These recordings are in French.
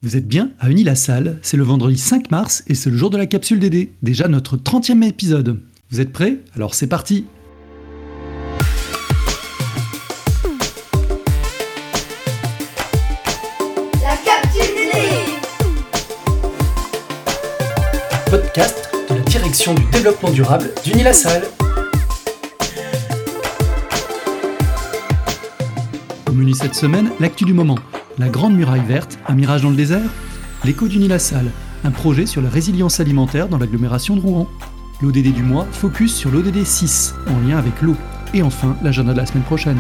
Vous êtes bien à Unis-la-Salle, c'est le vendredi 5 mars et c'est le jour de la capsule DD, déjà notre 30e épisode. Vous êtes prêts? Alors c'est parti! La capsule DD! Podcast de la direction du développement durable d'Unis-la-Salle. Au menu cette semaine, l'actu du moment. La Grande Muraille Verte, un mirage dans le désert. L'écho d'Unis-la-Salle, un projet sur la résilience alimentaire dans l'agglomération de Rouen. L'ODD du mois, focus sur l'ODD 6, en lien avec l'eau. Et enfin, l'agenda de la semaine prochaine.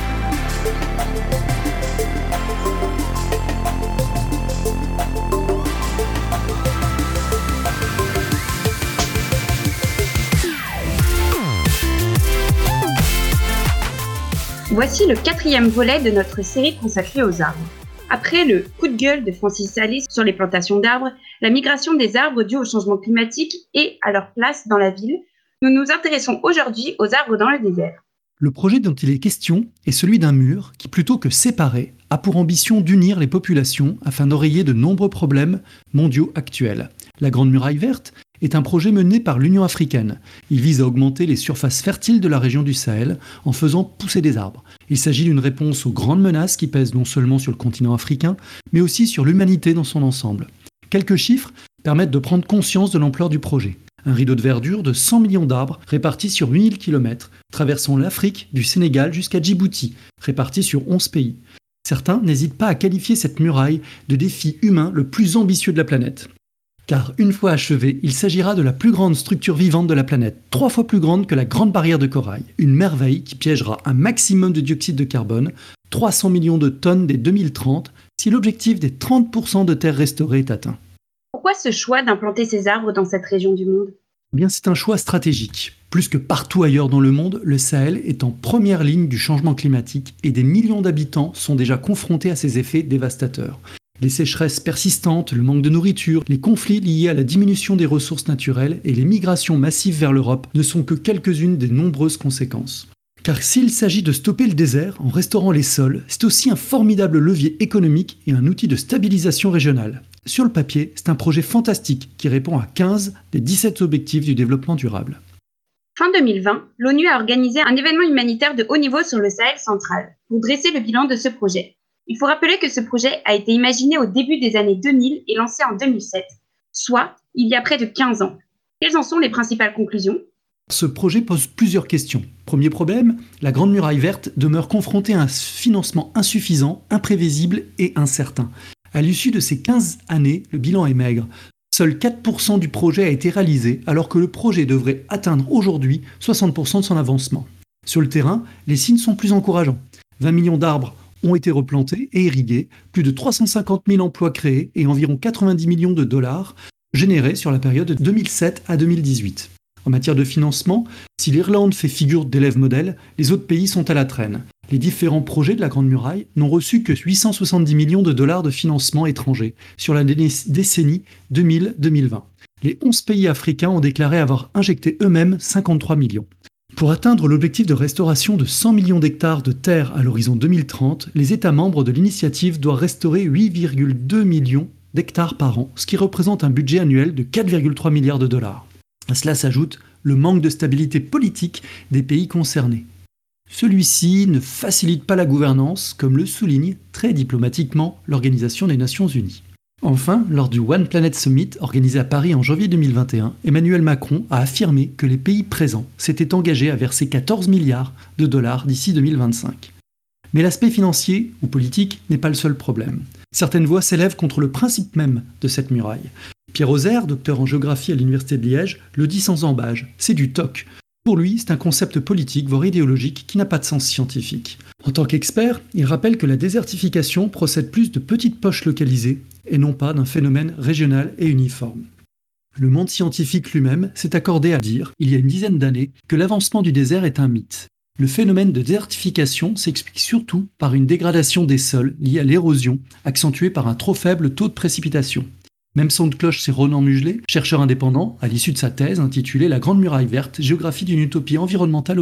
Voici le 4e volet de notre série consacrée aux arbres. Après le coup de gueule de Francis Alès sur les plantations d'arbres, la migration des arbres due au changement climatique et à leur place dans la ville, nous nous intéressons aujourd'hui aux arbres dans le désert. Le projet dont il est question est celui d'un mur qui, plutôt que séparer, a pour ambition d'unir les populations afin d'enrayer de nombreux problèmes mondiaux actuels. La Grande Muraille Verte est un projet mené par l'Union africaine. Il vise à augmenter les surfaces fertiles de la région du Sahel en faisant pousser des arbres. Il s'agit d'une réponse aux grandes menaces qui pèsent non seulement sur le continent africain, mais aussi sur l'humanité dans son ensemble. Quelques chiffres permettent de prendre conscience de l'ampleur du projet. Un rideau de verdure de 100 millions d'arbres répartis sur 8000 km, traversant l'Afrique du Sénégal jusqu'à Djibouti, répartis sur 11 pays. Certains n'hésitent pas à qualifier cette muraille de défi humain le plus ambitieux de la planète. Car une fois achevé, il s'agira de la plus grande structure vivante de la planète, 3 fois plus grande que la Grande Barrière de Corail. Une merveille qui piégera un maximum de dioxyde de carbone, 300 millions de tonnes dès 2030, si l'objectif des 30% de terres restaurées est atteint. Pourquoi ce choix d'implanter ces arbres dans cette région du monde ? Eh bien, c'est un choix stratégique. Plus que partout ailleurs dans le monde, le Sahel est en première ligne du changement climatique et des millions d'habitants sont déjà confrontés à ses effets dévastateurs. Les sécheresses persistantes, le manque de nourriture, les conflits liés à la diminution des ressources naturelles et les migrations massives vers l'Europe ne sont que quelques-unes des nombreuses conséquences. Car s'il s'agit de stopper le désert en restaurant les sols, c'est aussi un formidable levier économique et un outil de stabilisation régionale. Sur le papier, c'est un projet fantastique qui répond à 15 des 17 objectifs du développement durable. Fin 2020, l'ONU a organisé un événement humanitaire de haut niveau sur le Sahel central pour dresser le bilan de ce projet. Il faut rappeler que ce projet a été imaginé au début des années 2000 et lancé en 2007, soit il y a près de 15 ans. Quelles en sont les principales conclusions ? Ce projet pose plusieurs questions. Premier problème, la Grande Muraille Verte demeure confrontée à un financement insuffisant, imprévisible et incertain. À l'issue de ces 15 années, le bilan est maigre. Seuls 4% du projet a été réalisé, alors que le projet devrait atteindre aujourd'hui 60% de son avancement. Sur le terrain, les signes sont plus encourageants. 20 millions d'arbres ont été replantés et irrigués, plus de 350 000 emplois créés et environ 90 millions de dollars générés sur la période de 2007 à 2018. En matière de financement, si l'Irlande fait figure d'élève modèle, les autres pays sont à la traîne. Les différents projets de la Grande Muraille n'ont reçu que 870 millions de dollars de financement étranger sur la décennie 2000-2020. Les 11 pays africains ont déclaré avoir injecté eux-mêmes 53 millions. Pour atteindre l'objectif de restauration de 100 millions d'hectares de terres à l'horizon 2030, les États membres de l'initiative doivent restaurer 8,2 millions d'hectares par an, ce qui représente un budget annuel de 4,3 milliards de dollars. À cela s'ajoute le manque de stabilité politique des pays concernés. Celui-ci ne facilite pas la gouvernance, comme le souligne très diplomatiquement l'Organisation des Nations Unies. Enfin, lors du One Planet Summit organisé à Paris en janvier 2021, Emmanuel Macron a affirmé que les pays présents s'étaient engagés à verser 14 milliards de dollars d'ici 2025. Mais l'aspect financier ou politique n'est pas le seul problème. Certaines voix s'élèvent contre le principe même de cette muraille. Pierre Ozer, docteur en géographie à l'Université de Liège, le dit sans embâge, c'est du TOC. Pour lui, c'est un concept politique, voire idéologique, qui n'a pas de sens scientifique. En tant qu'expert, il rappelle que la désertification procède plus de petites poches localisées et non pas d'un phénomène régional et uniforme. Le monde scientifique lui-même s'est accordé à dire, il y a une dizaine d'années, que l'avancement du désert est un mythe. Le phénomène de désertification s'explique surtout par une dégradation des sols liée à l'érosion, accentuée par un trop faible taux de précipitation. Même son de cloche, c'est Ronan Mugelet, chercheur indépendant, à l'issue de sa thèse intitulée « La Grande Muraille Verte, géographie d'une utopie environnementale au Sahel ».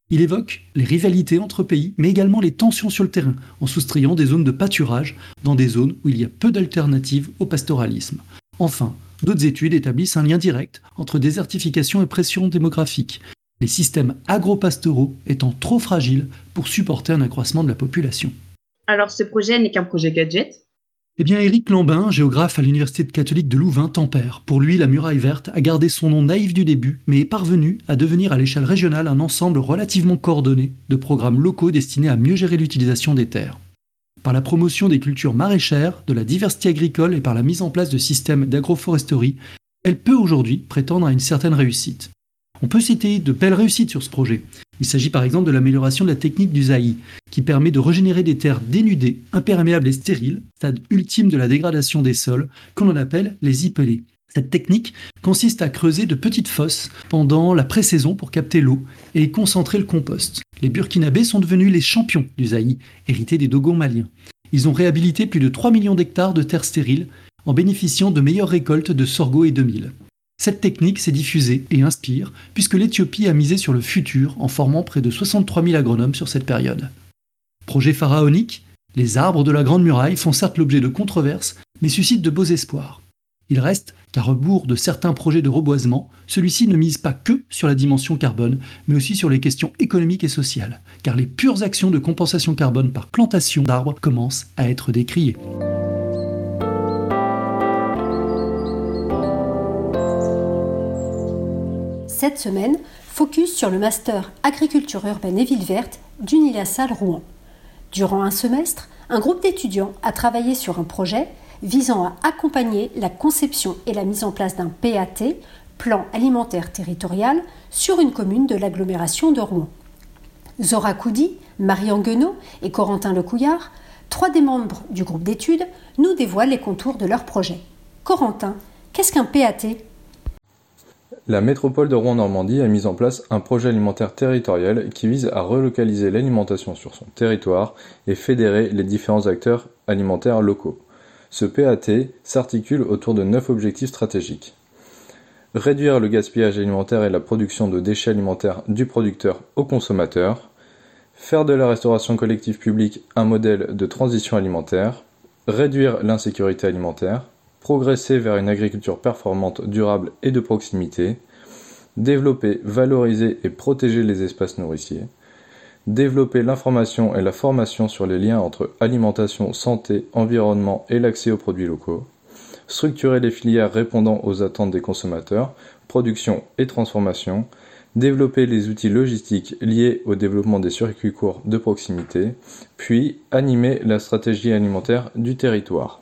Il évoque les rivalités entre pays, mais également les tensions sur le terrain, en soustrayant des zones de pâturage dans des zones où il y a peu d'alternatives au pastoralisme. Enfin, d'autres études établissent un lien direct entre désertification et pression démographique, les systèmes agro-pastoraux étant trop fragiles pour supporter un accroissement de la population. Alors ce projet n'est qu'un projet gadget? Eh bien, Éric Lambin, géographe à l'Université catholique de Louvain, tempère. Pour lui, la muraille verte a gardé son nom naïf du début, mais est parvenue à devenir à l'échelle régionale un ensemble relativement coordonné de programmes locaux destinés à mieux gérer l'utilisation des terres. Par la promotion des cultures maraîchères, de la diversité agricole et par la mise en place de systèmes d'agroforesterie, elle peut aujourd'hui prétendre à une certaine réussite. On peut citer de belles réussites sur ce projet. Il s'agit par exemple de l'amélioration de la technique du zaï, qui permet de régénérer des terres dénudées, imperméables et stériles, stade ultime de la dégradation des sols, qu'on appelle les IPL. Cette technique consiste à creuser de petites fosses pendant la pré-saison pour capter l'eau et concentrer le compost. Les Burkinabés sont devenus les champions du zaï, hérités des Dogons maliens. Ils ont réhabilité plus de 3 millions d'hectares de terres stériles en bénéficiant de meilleures récoltes de sorgho et de mil. Cette technique s'est diffusée et inspire, puisque l'Éthiopie a misé sur le futur en formant près de 63 000 agronomes sur cette période. Projet pharaonique, les arbres de la Grande Muraille font certes l'objet de controverses, mais suscitent de beaux espoirs. Il reste qu'à rebours de certains projets de reboisement, celui-ci ne mise pas que sur la dimension carbone, mais aussi sur les questions économiques et sociales, car les pures actions de compensation carbone par plantation d'arbres commencent à être décriées. Cette semaine, focus sur le master Agriculture urbaine et ville verte d'Unilassal Rouen. Durant un semestre, un groupe d'étudiants a travaillé sur un projet visant à accompagner la conception et la mise en place d'un PAT, Plan alimentaire territorial, sur une commune de l'agglomération de Rouen. Zora Koudi, Marie Anguenot et Corentin Lecouillard, 3 des membres du groupe d'études, nous dévoilent les contours de leur projet. Corentin, qu'est-ce qu'un PAT ? La métropole de Rouen-Normandie a mis en place un projet alimentaire territorial qui vise à relocaliser l'alimentation sur son territoire et fédérer les différents acteurs alimentaires locaux. Ce PAT s'articule autour de 9 objectifs stratégiques. Réduire le gaspillage alimentaire et la production de déchets alimentaires du producteur au consommateur. Faire de la restauration collective publique un modèle de transition alimentaire. Réduire l'insécurité alimentaire. Progresser vers une agriculture performante, durable et de proximité, développer, valoriser et protéger les espaces nourriciers, développer l'information et la formation sur les liens entre alimentation, santé, environnement et l'accès aux produits locaux, structurer les filières répondant aux attentes des consommateurs, production et transformation, développer les outils logistiques liés au développement des circuits courts de proximité, puis animer la stratégie alimentaire du territoire.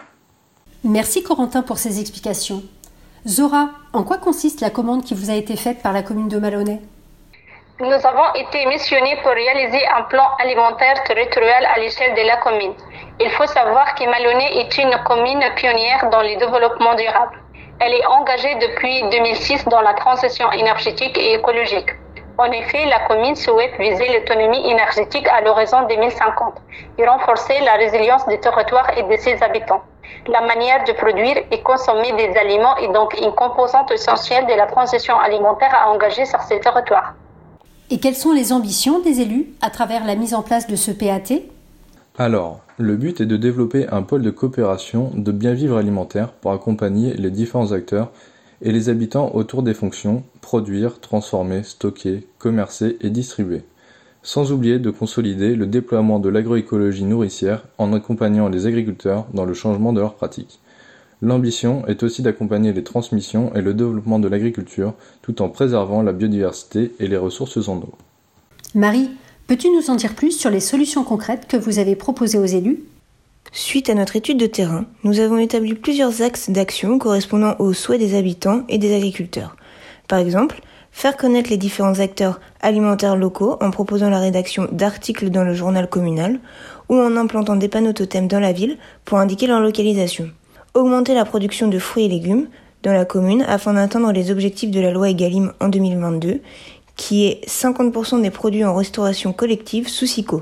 Merci Corentin pour ces explications. Zora, en quoi consiste la commande qui vous a été faite par la commune de Malonnet ? Nous avons été missionnés pour réaliser un plan alimentaire territorial à l'échelle de la commune. Il faut savoir que Malonnet est une commune pionnière dans le développement durable. Elle est engagée depuis 2006 dans la transition énergétique et écologique. En effet, la commune souhaite viser l'autonomie énergétique à l'horizon 2050 et renforcer la résilience du territoire et de ses habitants. La manière de produire et consommer des aliments est donc une composante essentielle de la transition alimentaire à engager sur ces territoires. Et quelles sont les ambitions des élus à travers la mise en place de ce PAT ? Alors, le but est de développer un pôle de coopération de bien-vivre alimentaire pour accompagner les différents acteurs et les habitants autour des fonctions produire, transformer, stocker, commercer et distribuer. Sans oublier de consolider le déploiement de l'agroécologie nourricière en accompagnant les agriculteurs dans le changement de leurs pratiques. L'ambition est aussi d'accompagner les transmissions et le développement de l'agriculture tout en préservant la biodiversité et les ressources en eau. Marie, peux-tu nous en dire plus sur les solutions concrètes que vous avez proposées aux élus ? Suite à notre étude de terrain, nous avons établi plusieurs axes d'action correspondant aux souhaits des habitants et des agriculteurs. Par exemple, faire connaître les différents acteurs alimentaires locaux en proposant la rédaction d'articles dans le journal communal ou en implantant des panneaux totems dans la ville pour indiquer leur localisation. Augmenter la production de fruits et légumes dans la commune afin d'atteindre les objectifs de la loi Egalim en 2022, qui est 50% des produits en restauration collective sous SIQO.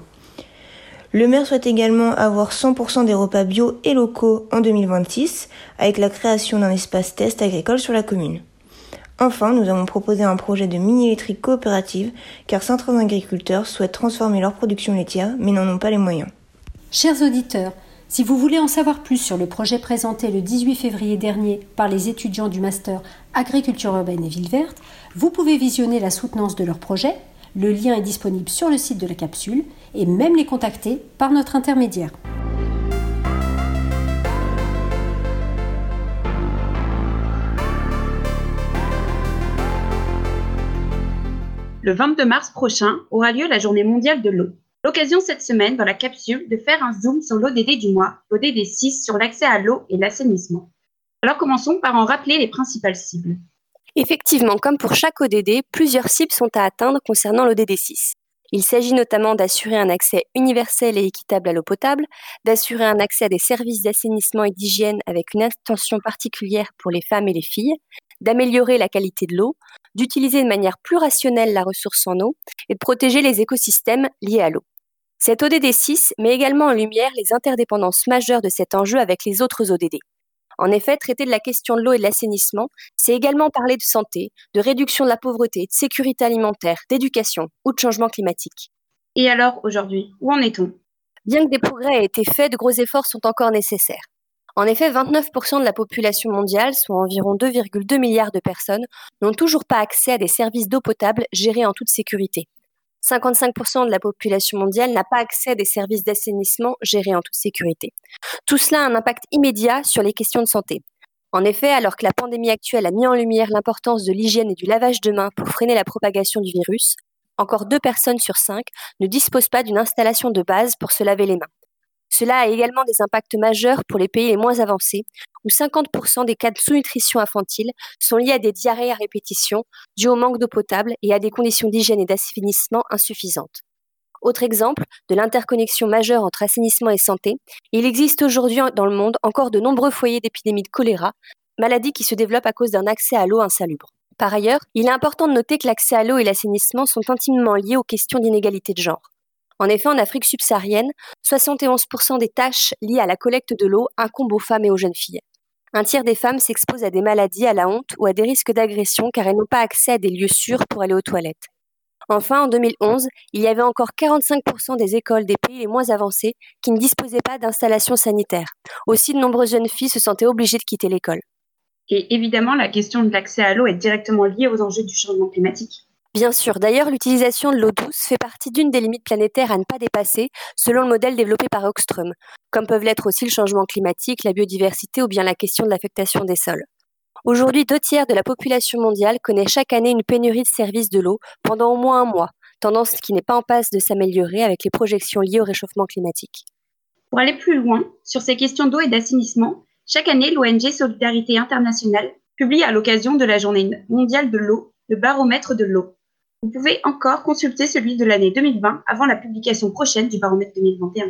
Le maire souhaite également avoir 100% des repas bio et locaux en 2026, avec la création d'un espace test agricole sur la commune. Enfin, nous avons proposé un projet de mini-laiterie coopérative car certains agriculteurs souhaitent transformer leur production laitière mais n'en ont pas les moyens. Chers auditeurs, si vous voulez en savoir plus sur le projet présenté le 18 février dernier par les étudiants du Master Agriculture urbaine et Ville verte, vous pouvez visionner la soutenance de leur projet. Le lien est disponible sur le site de la capsule et même les contacter par notre intermédiaire. Le 22 mars prochain aura lieu la Journée mondiale de l'eau. L'occasion cette semaine dans la capsule de faire un zoom sur l'ODD du mois, l'ODD 6 sur l'accès à l'eau et l'assainissement. Alors commençons par en rappeler les principales cibles. Effectivement, comme pour chaque ODD, plusieurs cibles sont à atteindre concernant l'ODD 6. Il s'agit notamment d'assurer un accès universel et équitable à l'eau potable, d'assurer un accès à des services d'assainissement et d'hygiène avec une attention particulière pour les femmes et les filles, d'améliorer la qualité de l'eau, d'utiliser de manière plus rationnelle la ressource en eau et de protéger les écosystèmes liés à l'eau. Cet ODD 6 met également en lumière les interdépendances majeures de cet enjeu avec les autres ODD. En effet, traiter de la question de l'eau et de l'assainissement, c'est également parler de santé, de réduction de la pauvreté, de sécurité alimentaire, d'éducation ou de changement climatique. Et alors, aujourd'hui, où en est-on ? Bien que des progrès aient été faits, de gros efforts sont encore nécessaires. En effet, 29% de la population mondiale, soit environ 2,2 milliards de personnes, n'ont toujours pas accès à des services d'eau potable gérés en toute sécurité. 55% de la population mondiale n'a pas accès à des services d'assainissement gérés en toute sécurité. Tout cela a un impact immédiat sur les questions de santé. En effet, alors que la pandémie actuelle a mis en lumière l'importance de l'hygiène et du lavage de mains pour freiner la propagation du virus, encore 2 personnes sur 5 ne disposent pas d'une installation de base pour se laver les mains. Cela a également des impacts majeurs pour les pays les moins avancés, où 50% des cas de sous-nutrition infantile sont liés à des diarrhées à répétition, dues au manque d'eau potable et à des conditions d'hygiène et d'assainissement insuffisantes. Autre exemple de l'interconnexion majeure entre assainissement et santé, il existe aujourd'hui dans le monde encore de nombreux foyers d'épidémie de choléra, maladie qui se développe à cause d'un accès à l'eau insalubre. Par ailleurs, il est important de noter que l'accès à l'eau et l'assainissement sont intimement liés aux questions d'inégalité de genre. En effet, en Afrique subsaharienne, 71% des tâches liées à la collecte de l'eau incombent aux femmes et aux jeunes filles. Un tiers des femmes s'exposent à des maladies, à la honte ou à des risques d'agression car elles n'ont pas accès à des lieux sûrs pour aller aux toilettes. Enfin, en 2011, il y avait encore 45% des écoles des pays les moins avancés qui ne disposaient pas d'installations sanitaires. Aussi, de nombreuses jeunes filles se sentaient obligées de quitter l'école. Et évidemment, la question de l'accès à l'eau est directement liée aux enjeux du changement climatique. Bien sûr, d'ailleurs, l'utilisation de l'eau douce fait partie d'une des limites planétaires à ne pas dépasser, selon le modèle développé par Oxström, comme peuvent l'être aussi le changement climatique, la biodiversité ou bien la question de l'affectation des sols. Aujourd'hui, 2/3 de la population mondiale connaît chaque année une pénurie de services de l'eau pendant au moins un mois, tendance qui n'est pas en passe de s'améliorer avec les projections liées au réchauffement climatique. Pour aller plus loin sur ces questions d'eau et d'assainissement, chaque année, l'ONG Solidarité Internationale publie à l'occasion de la Journée mondiale de l'eau le baromètre de l'eau. Vous pouvez encore consulter celui de l'année 2020 avant la publication prochaine du baromètre 2021.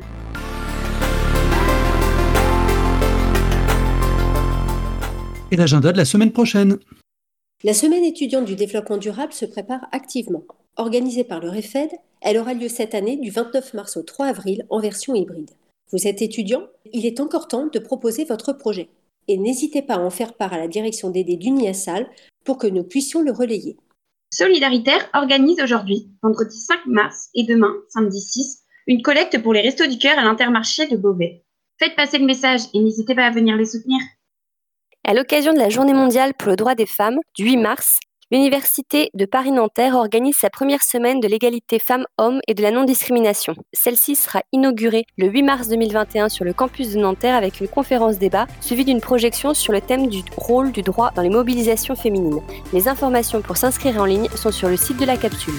Et l'agenda de la semaine prochaine. La semaine étudiante du développement durable se prépare activement. Organisée par le REFED, elle aura lieu cette année du 29 mars au 3 avril en version hybride. Vous êtes étudiant ? Il est encore temps de proposer votre projet. Et n'hésitez pas à en faire part à la direction d'aider d'Uniasal pour que nous puissions le relayer. Solidaritaire organise aujourd'hui, vendredi 5 mars et demain, samedi 6, une collecte pour les Restos du Cœur à l'Intermarché de Beauvais. Faites passer le message et n'hésitez pas à venir les soutenir. À l'occasion de la Journée mondiale pour le droit des femmes, du 8 mars, l'Université de Paris-Nanterre organise sa première semaine de l'égalité femmes-hommes et de la non-discrimination. Celle-ci sera inaugurée le 8 mars 2021 sur le campus de Nanterre avec une conférence-débat suivie d'une projection sur le thème du rôle du droit dans les mobilisations féminines. Les informations pour s'inscrire en ligne sont sur le site de la capsule.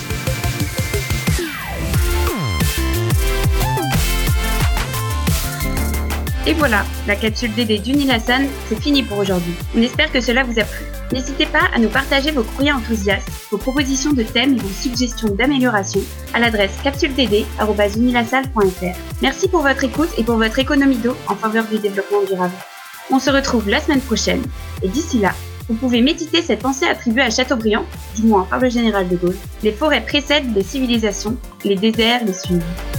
Et voilà, la capsule DD d'Unilasan, c'est fini pour aujourd'hui. On espère que cela vous a plu. N'hésitez pas à nous partager vos courriers enthousiastes, vos propositions de thèmes et vos suggestions d'amélioration à l'adresse capsuledD@unilasal.fr. Merci pour votre écoute et pour votre économie d'eau en faveur du développement durable. On se retrouve la semaine prochaine et d'ici là, vous pouvez méditer cette pensée attribuée à Chateaubriand, du moins par le général de Gaulle. Les forêts précèdent les civilisations, les déserts les suivent.